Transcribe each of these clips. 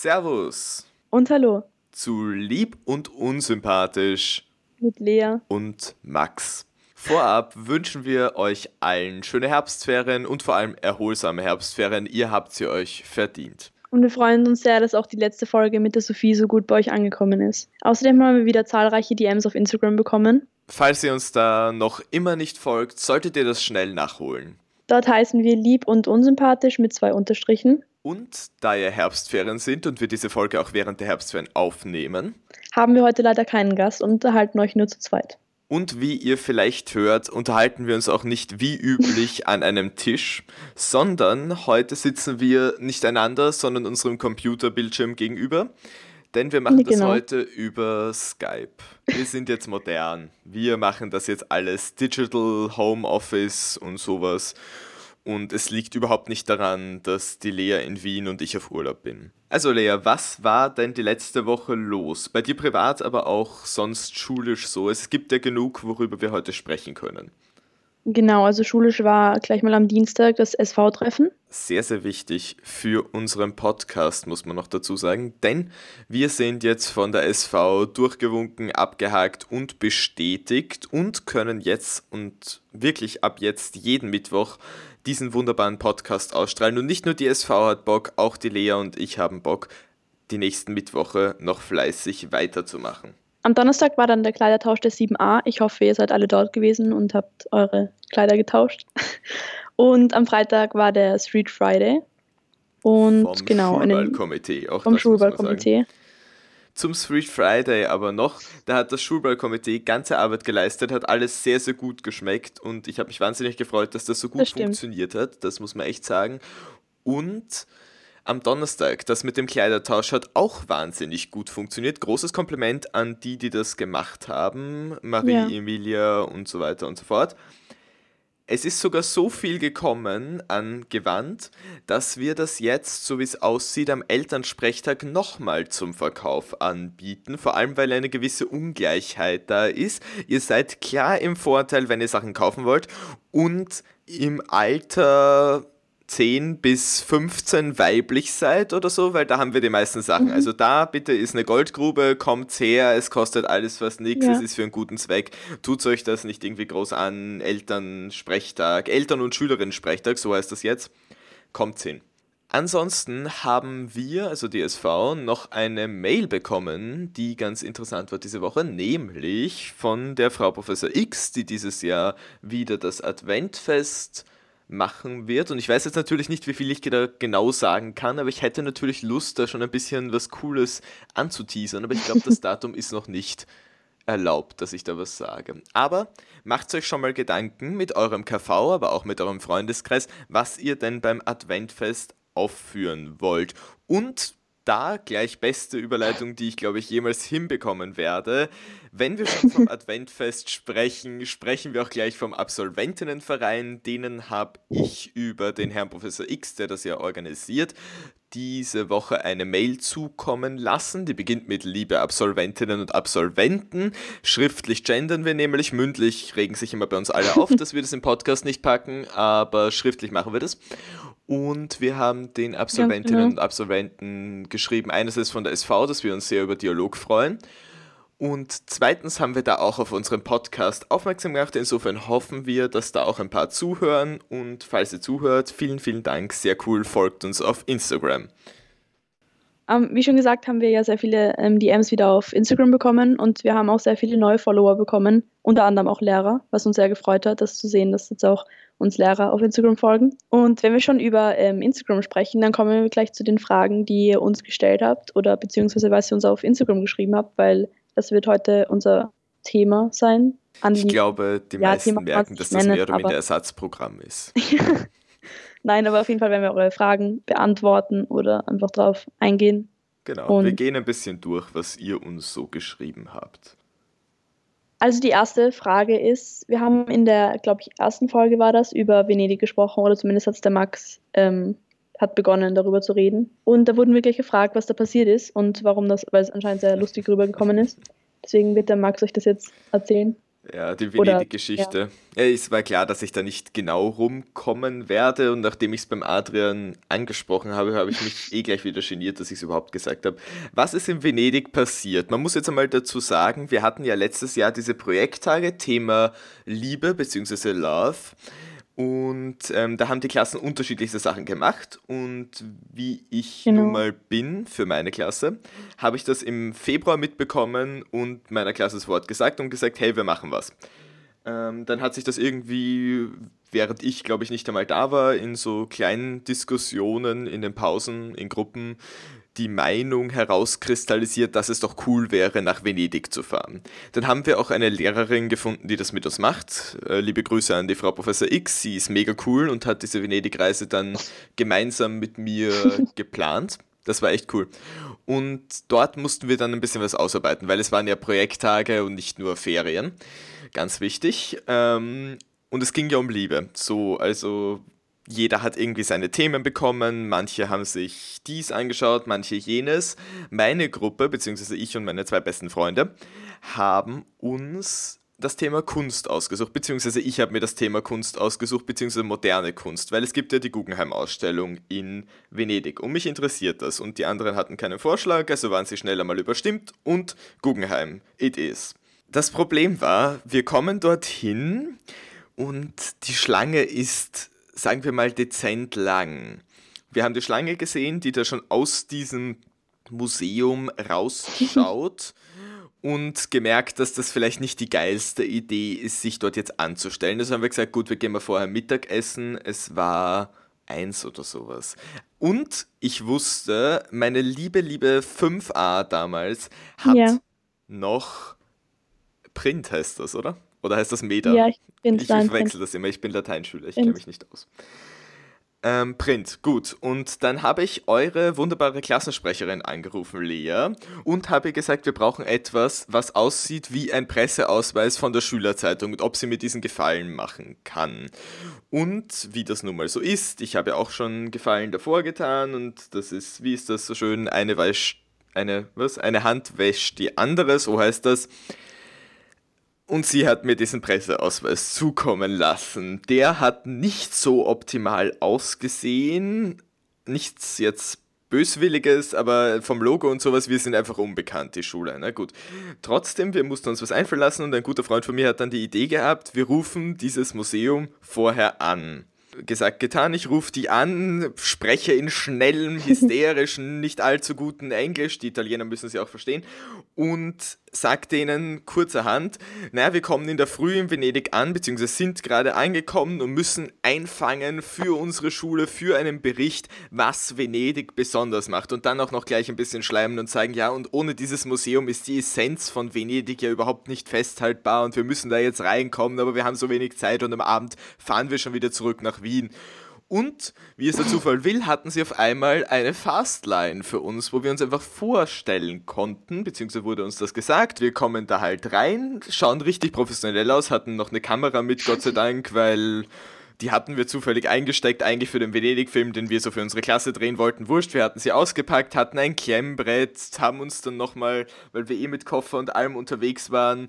Servus Und hallo, zu Lieb und Unsympathisch mit Lea. und Max. Vorab wünschen wir euch allen schöne Herbstferien und vor allem erholsame Herbstferien. Ihr habt sie euch verdient. Und wir freuen uns sehr, dass auch die letzte Folge mit der Sophie so gut bei euch angekommen ist. Außerdem haben wir wieder zahlreiche DMs auf Instagram bekommen. Falls ihr uns da noch immer nicht folgt, solltet ihr das schnell nachholen. Dort heißen wir lieb und unsympathisch mit 2 Unterstrichen. Und da ja Herbstferien sind und wir diese Folge auch während der Herbstferien aufnehmen, Haben wir heute leider keinen Gast und unterhalten euch nur zu zweit. und wie ihr vielleicht hört, unterhalten wir uns auch nicht wie üblich an einem Tisch, sondern heute sitzen wir nicht einander, sondern unserem Computerbildschirm gegenüber, denn wir machen das Genau. heute über Skype. Wir sind jetzt modern. Wir machen das jetzt alles Digital Homeoffice und sowas. Und es liegt überhaupt nicht daran, dass die Lea in Wien und ich auf Urlaub bin. Also Lea, was war denn die letzte Woche los? Bei dir privat, aber auch sonst schulisch so. Es gibt ja genug, worüber wir heute sprechen können. Genau, also schulisch war gleich mal am Dienstag das SV-Treffen. Sehr, sehr wichtig für unseren Podcast, muss man noch dazu sagen, denn wir sind jetzt von der SV durchgewunken, abgehakt und bestätigt und können jetzt und wirklich ab jetzt jeden Mittwoch diesen wunderbaren Podcast ausstrahlen. Und nicht nur die SV hat Bock, auch die Lea und ich haben Bock, die nächsten Mittwoche noch fleißig weiterzumachen. Am Donnerstag war dann der Kleidertausch der 7a. Ich hoffe, ihr seid alle dort gewesen und habt eure Kleider getauscht. Und am Freitag war der Street Friday. Und Vom genau, Schulballkomitee, auch vom das muss man sagen. Schulballkomitee. Zum Street Friday aber noch, da hat das Schulballkomitee ganze Arbeit geleistet, hat alles sehr, sehr gut geschmeckt und ich habe mich wahnsinnig gefreut, dass das so gut Das stimmt. funktioniert hat, das muss man echt sagen. Und am Donnerstag, das mit dem Kleidertausch hat auch wahnsinnig gut funktioniert. Großes Kompliment an die, die das gemacht haben, Marie, Ja. Emilia und so weiter und so fort. Es ist sogar so viel gekommen an Gewand, dass wir das jetzt, so wie es aussieht, am Elternsprechtag nochmal zum Verkauf anbieten. Vor allem, weil eine gewisse Ungleichheit da ist. Ihr seid klar im Vorteil, wenn ihr Sachen kaufen wollt und im Alter 10 bis 15 weiblich seid oder so, weil da haben wir die meisten Sachen. Also da bitte ist eine Goldgrube, kommt's her, es kostet alles fast nichts, Ja. es ist für einen guten Zweck. Tut euch das nicht irgendwie groß an, Elternsprechtag, Eltern- und Schülerinnen-Sprechtag, so heißt das jetzt, kommt's hin. Ansonsten haben wir, also die SV, noch eine Mail bekommen, die ganz interessant war diese Woche, nämlich von der Frau Professor X, die dieses Jahr wieder das Adventfest machen wird. Und ich weiß jetzt natürlich nicht, wie viel ich da genau sagen kann, aber ich hätte natürlich Lust, da schon ein bisschen was Cooles anzuteasern. Aber ich glaube, das Datum ist noch nicht erlaubt, dass ich da was sage. Aber macht euch schon mal Gedanken mit eurem KV, aber auch mit eurem Freundeskreis, was ihr denn beim Adventfest aufführen wollt. Und da gleich beste Überleitung, die ich glaube ich jemals hinbekommen werde. Wenn wir schon vom Adventfest sprechen, sprechen wir auch gleich vom Absolventinnenverein. Denen habe ich über den Herrn Professor X, der das ja organisiert, diese Woche eine Mail zukommen lassen. Die beginnt mit liebe Absolventinnen und Absolventen. Schriftlich gendern wir nämlich, mündlich regen sich immer bei uns alle auf, dass wir das im Podcast nicht packen, aber schriftlich machen wir das. Und wir haben den Absolventinnen und Absolventen geschrieben, einerseits von der SV, dass wir uns sehr über Dialog freuen. Und zweitens haben wir da auch auf unseren Podcast aufmerksam gemacht. Insofern hoffen wir, dass da auch ein paar zuhören. Und falls ihr zuhört, vielen, vielen Dank. Sehr cool. Folgt uns auf Instagram. Wie schon gesagt, haben wir ja sehr viele DMs wieder auf Instagram bekommen und wir haben auch sehr viele neue Follower bekommen, unter anderem auch Lehrer, was uns sehr gefreut hat, das zu sehen, dass jetzt auch uns Lehrer auf Instagram folgen. Und wenn wir schon über Instagram sprechen, dann kommen wir gleich zu den Fragen, die ihr uns gestellt habt oder beziehungsweise was ihr uns auf Instagram geschrieben habt, weil das wird heute unser Thema sein. Ich glaube, die meisten Thema merken, dass das mehr oder minder Ersatzprogramm ist. Nein, aber auf jeden Fall werden wir eure Fragen beantworten oder einfach drauf eingehen. Genau, wir gehen ein bisschen durch, was ihr uns so geschrieben habt. Also die erste Frage ist, wir haben in der, glaube ich, ersten Folge war das, über Venedig gesprochen oder zumindest hat es der Max hat begonnen, darüber zu reden. Und da wurden wir gleich gefragt, was da passiert ist und warum das, weil es anscheinend sehr lustig rübergekommen ist. Deswegen wird der Max euch das jetzt erzählen. Ja, die Oder ja. Venedig-Geschichte. Ja, es war klar, dass ich da nicht genau rumkommen werde und nachdem ich es beim Adrian angesprochen habe, habe ich mich eh gleich wieder geniert, dass ich es überhaupt gesagt habe. Was ist in Venedig passiert? Man muss jetzt einmal dazu sagen, wir hatten ja letztes Jahr diese Projekttage, Thema Liebe bzw. Love. Und da haben die Klassen unterschiedlichste Sachen gemacht. Und wie ich nun Genau. mal bin für meine Klasse, habe ich das im Februar mitbekommen und meiner Klasse das Wort gesagt und gesagt, hey, wir machen was. Dann hat sich das irgendwie, während ich, glaube ich, nicht einmal da war, in so kleinen Diskussionen, in den Pausen, in Gruppen, die Meinung herauskristallisiert, dass es doch cool wäre, nach Venedig zu fahren. Dann haben wir auch eine Lehrerin gefunden, die das mit uns macht. Liebe Grüße an die Frau Professor X, sie ist mega cool und hat diese Venedig-Reise dann gemeinsam mit mir geplant. Das war echt cool. Und dort mussten wir dann ein bisschen was ausarbeiten, weil es waren ja Projekttage und nicht nur Ferien. Ganz wichtig. Und es ging ja um Liebe. So, also jeder hat irgendwie seine Themen bekommen, manche haben sich dies angeschaut, manche jenes. Meine Gruppe, beziehungsweise ich und meine zwei besten Freunde, haben uns das Thema Kunst ausgesucht, beziehungsweise ich habe mir das Thema Kunst ausgesucht, beziehungsweise moderne Kunst, weil es gibt ja die Guggenheim-Ausstellung in Venedig und mich interessiert das und die anderen hatten keinen Vorschlag, also waren sie schnell einmal überstimmt und Guggenheim, it is. Das Problem war, wir kommen dorthin und die Schlange ist, sagen wir mal, dezent lang. Wir haben die Schlange gesehen, die da schon aus diesem Museum rausschaut und gemerkt, dass das vielleicht nicht die geilste Idee ist, sich dort jetzt anzustellen. Also haben wir gesagt, gut, wir gehen mal vorher Mittagessen. Es war 1 oder sowas. Und ich wusste, meine liebe 5a damals Ja, hat noch Print, heißt das, oder? Oder heißt das Meter? ja, ich bin's, Ich nein, Print, verwechsel das immer, ich bin Lateinschüler, ich kenne Print. mich nicht aus. Print, gut. Und dann habe ich eure wunderbare Klassensprecherin angerufen, Lea, und habe gesagt, wir brauchen etwas, was aussieht wie ein Presseausweis von der Schülerzeitung und ob sie mir diesen Gefallen machen kann. Und wie das nun mal so ist, ich habe ja auch schon Gefallen davor getan und das ist, wie ist das so schön, eine Hand wäscht die andere, so heißt das. Und sie hat mir diesen Presseausweis zukommen lassen. Der hat nicht so optimal ausgesehen. Nichts jetzt Böswilliges, aber vom Logo und sowas, wir sind einfach unbekannt, die Schule. Na gut. Trotzdem, wir mussten uns was einfallen lassen und ein guter Freund von mir hat dann die Idee gehabt, wir rufen dieses Museum vorher an. Gesagt, getan, ich rufe die an, spreche in schnellem, hysterischen, nicht allzu guten Englisch, die Italiener müssen sie auch verstehen, und sag denen kurzerhand, naja, wir kommen in der Früh in Venedig an, beziehungsweise sind gerade angekommen und müssen einfangen für unsere Schule, für einen Bericht, was Venedig besonders macht. Und dann auch noch gleich ein bisschen schleimen und sagen, ja, und ohne dieses Museum ist die Essenz von Venedig ja überhaupt nicht festhaltbar und wir müssen da jetzt reinkommen, aber wir haben so wenig Zeit und am Abend fahren wir schon wieder zurück nach Wien. Und, wie es der Zufall will, hatten sie auf einmal eine Fastline für uns, wo wir uns einfach vorstellen konnten, beziehungsweise wurde uns das gesagt, wir kommen da halt rein, schauen richtig professionell aus, hatten noch eine Kamera mit, Gott sei Dank, weil die hatten wir zufällig eingesteckt, eigentlich für den Venedig-Film, den wir so für unsere Klasse drehen wollten. Wurscht, wir hatten sie ausgepackt, hatten ein Klemmbrett, haben uns dann nochmal, weil wir eh mit Koffer und allem unterwegs waren,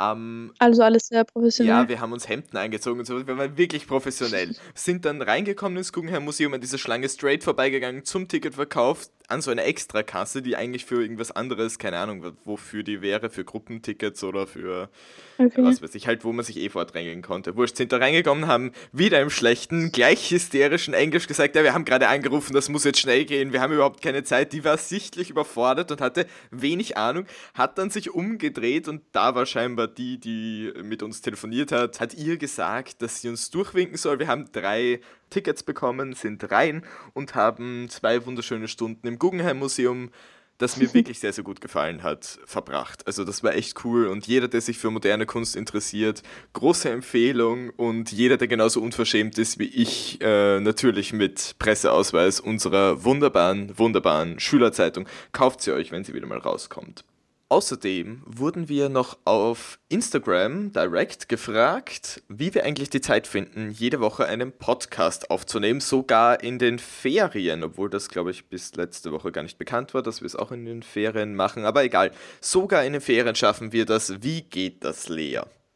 am Also alles sehr ja, professionell. wir haben uns Hemden angezogen und so, wir waren wirklich professionell. Sind dann reingekommen ins Guggenheim Museum, an dieser Schlange straight vorbeigegangen zum Ticketverkauf, an so einer Extrakasse, die eigentlich für irgendwas anderes, keine Ahnung, wofür die wäre, für Gruppentickets oder für, Okay. was weiß ich, halt, wo man sich eh vordrängeln konnte. Wurscht, sind da reingekommen, haben wieder im schlechten, gleich hysterischen Englisch gesagt, ja, wir haben gerade angerufen, das muss jetzt schnell gehen, wir haben überhaupt keine Zeit. Die war sichtlich überfordert und hatte wenig Ahnung, hat dann sich umgedreht und da war scheinbar die mit uns telefoniert hat, hat ihr gesagt, dass sie uns durchwinken soll. Wir haben 3 Tickets bekommen, sind rein und haben 2 wunderschöne Stunden im Guggenheim Museum, das mir wirklich sehr, sehr gut gefallen hat, verbracht. Also das war echt cool und jeder, der sich für moderne Kunst interessiert, große Empfehlung und jeder, der genauso unverschämt ist wie ich, natürlich mit Presseausweis unserer wunderbaren Schülerzeitung, kauft sie euch, wenn sie wieder mal rauskommt. Außerdem wurden wir noch auf Instagram direct gefragt, wie wir eigentlich die Zeit finden, jede Woche einen Podcast aufzunehmen, sogar in den Ferien, obwohl das, glaube ich, bis letzte Woche gar nicht bekannt war, dass wir es auch in den Ferien machen, aber egal, sogar in den Ferien schaffen wir das. Wie geht das, Lea?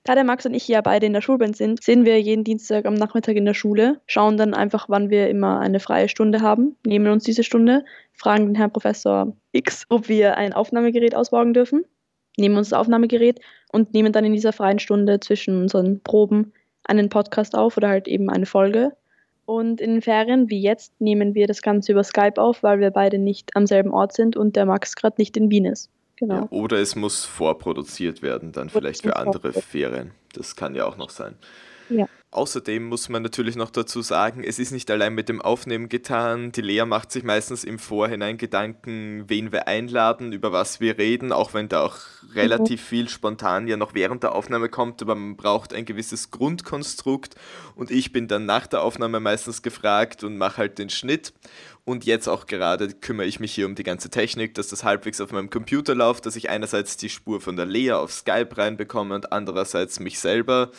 Da der Max und ich ja beide in der Schulband sind wir jeden Dienstag am Nachmittag in der Schule, schauen dann einfach, wann wir immer eine freie Stunde haben, nehmen uns diese Stunde, fragen den Herrn Professor X, ob wir ein Aufnahmegerät ausborgen dürfen, nehmen uns das Aufnahmegerät und nehmen dann in dieser freien Stunde zwischen unseren Proben einen Podcast auf oder halt eben eine Folge. Und in den Ferien, wie jetzt, nehmen wir das Ganze über Skype auf, weil wir beide nicht am selben Ort sind und der Max gerade nicht in Wien ist. Genau. Ja, oder es muss vorproduziert werden, dann vielleicht für andere Ferien. Das kann ja auch noch sein. Ja. Außerdem muss man natürlich noch dazu sagen, es ist nicht allein mit dem Aufnehmen getan. Die Lea macht sich meistens im Vorhinein Gedanken, wen wir einladen, über was wir reden, auch wenn da auch relativ viel spontan ja noch während der Aufnahme kommt, aber man braucht ein gewisses Grundkonstrukt und ich bin dann nach der Aufnahme meistens gefragt und mache halt den Schnitt. Und jetzt auch gerade kümmere ich mich hier um die ganze Technik, dass das halbwegs auf meinem Computer läuft, dass ich einerseits die Spur von der Lea auf Skype reinbekomme und andererseits mich selber.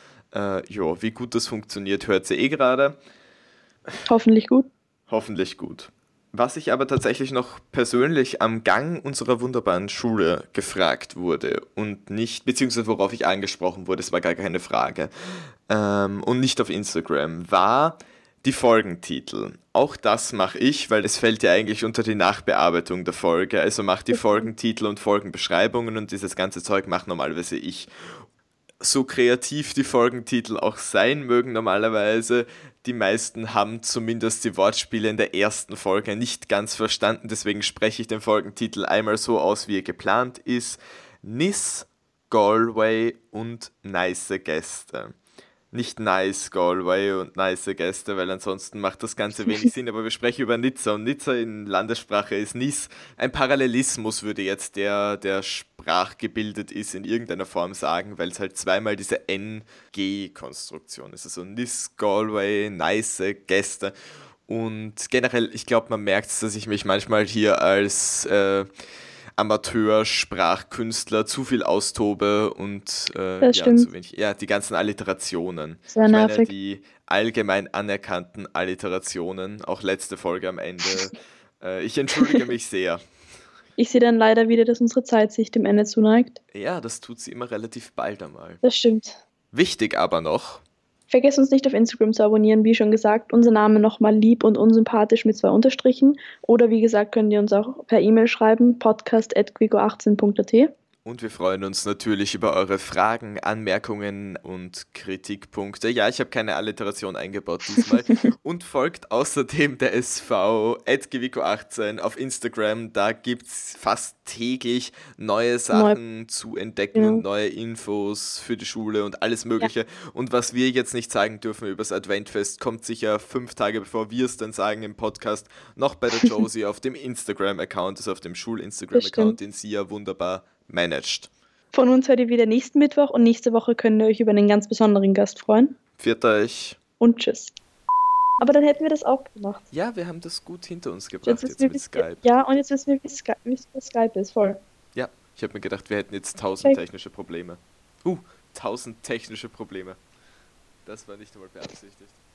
Wie gut das funktioniert, hört sie gerade. Hoffentlich gut. Hoffentlich gut. Was ich aber tatsächlich noch persönlich am Gang unserer wunderbaren Schule gefragt wurde und nicht, beziehungsweise worauf ich angesprochen wurde, es war gar keine Frage, und nicht auf Instagram, war die Folgentitel. Auch das mache ich, weil das fällt ja eigentlich unter die Nachbearbeitung der Folge. Also mache die Folgentitel und Folgenbeschreibungen und dieses ganze Zeug mache normalerweise ich. So kreativ die Folgentitel auch sein mögen normalerweise, die meisten haben zumindest die Wortspiele in der ersten Folge nicht ganz verstanden, deswegen spreche ich den Folgentitel einmal so aus, wie er geplant ist. Nis, Galway und nice Gäste. Nicht nice Galway und nice Gäste, weil ansonsten macht das Ganze wenig Sinn, aber wir sprechen über Nizza und Nizza in Landessprache ist Nis. Ein Parallelismus würde jetzt der sprachgebildet ist, in irgendeiner Form sagen, weil es halt zweimal diese NG-Konstruktion ist. Also Nis, Galway, nice Gäste. Und generell, ich glaube, man merkt es, dass ich mich manchmal hier als Amateur-Sprachkünstler zu viel austobe und zu wenig. Ja, die ganzen Alliterationen. Sehr nervig. Die allgemein anerkannten Alliterationen, auch letzte Folge am Ende. Ich entschuldige mich sehr. Ich sehe dann leider wieder, dass unsere Zeit sich dem Ende zuneigt. Ja, das tut sie immer relativ bald einmal. Das stimmt. Wichtig aber noch. Vergesst uns nicht auf Instagram zu abonnieren, wie schon gesagt, unser Name nochmal lieb und unsympathisch mit 2 Unterstrichen. Oder wie gesagt, könnt ihr uns auch per E-Mail schreiben, podcast@quigo18.at. Und wir freuen uns natürlich über eure Fragen, Anmerkungen und Kritikpunkte. Ja, ich habe keine Alliteration eingebaut diesmal. Und folgt außerdem der SV @gewico18 auf Instagram. Da gibt es fast täglich neue Sachen zu entdecken und neue Infos für die Schule und alles Mögliche. Ja. Und was wir jetzt nicht sagen dürfen über das Adventfest, kommt sicher 5 Tage bevor wir es dann sagen im Podcast, noch bei der Josie auf dem Instagram-Account, also auf dem Schul-Instagram-Account, den sie ja wunderbar managed. Von uns hört ihr wieder nächsten Mittwoch und nächste Woche könnt ihr euch über einen ganz besonderen Gast freuen. Pfiat euch. Und tschüss. Aber dann hätten wir das auch gemacht. Ja, wir haben das gut hinter uns gebracht jetzt mit Skype. Ja, und jetzt wissen wir, wie Skype ist, voll. Ja, ich habe mir gedacht, wir hätten jetzt 1000 technische Probleme. 1000 technische Probleme. Das war nicht einmal beabsichtigt.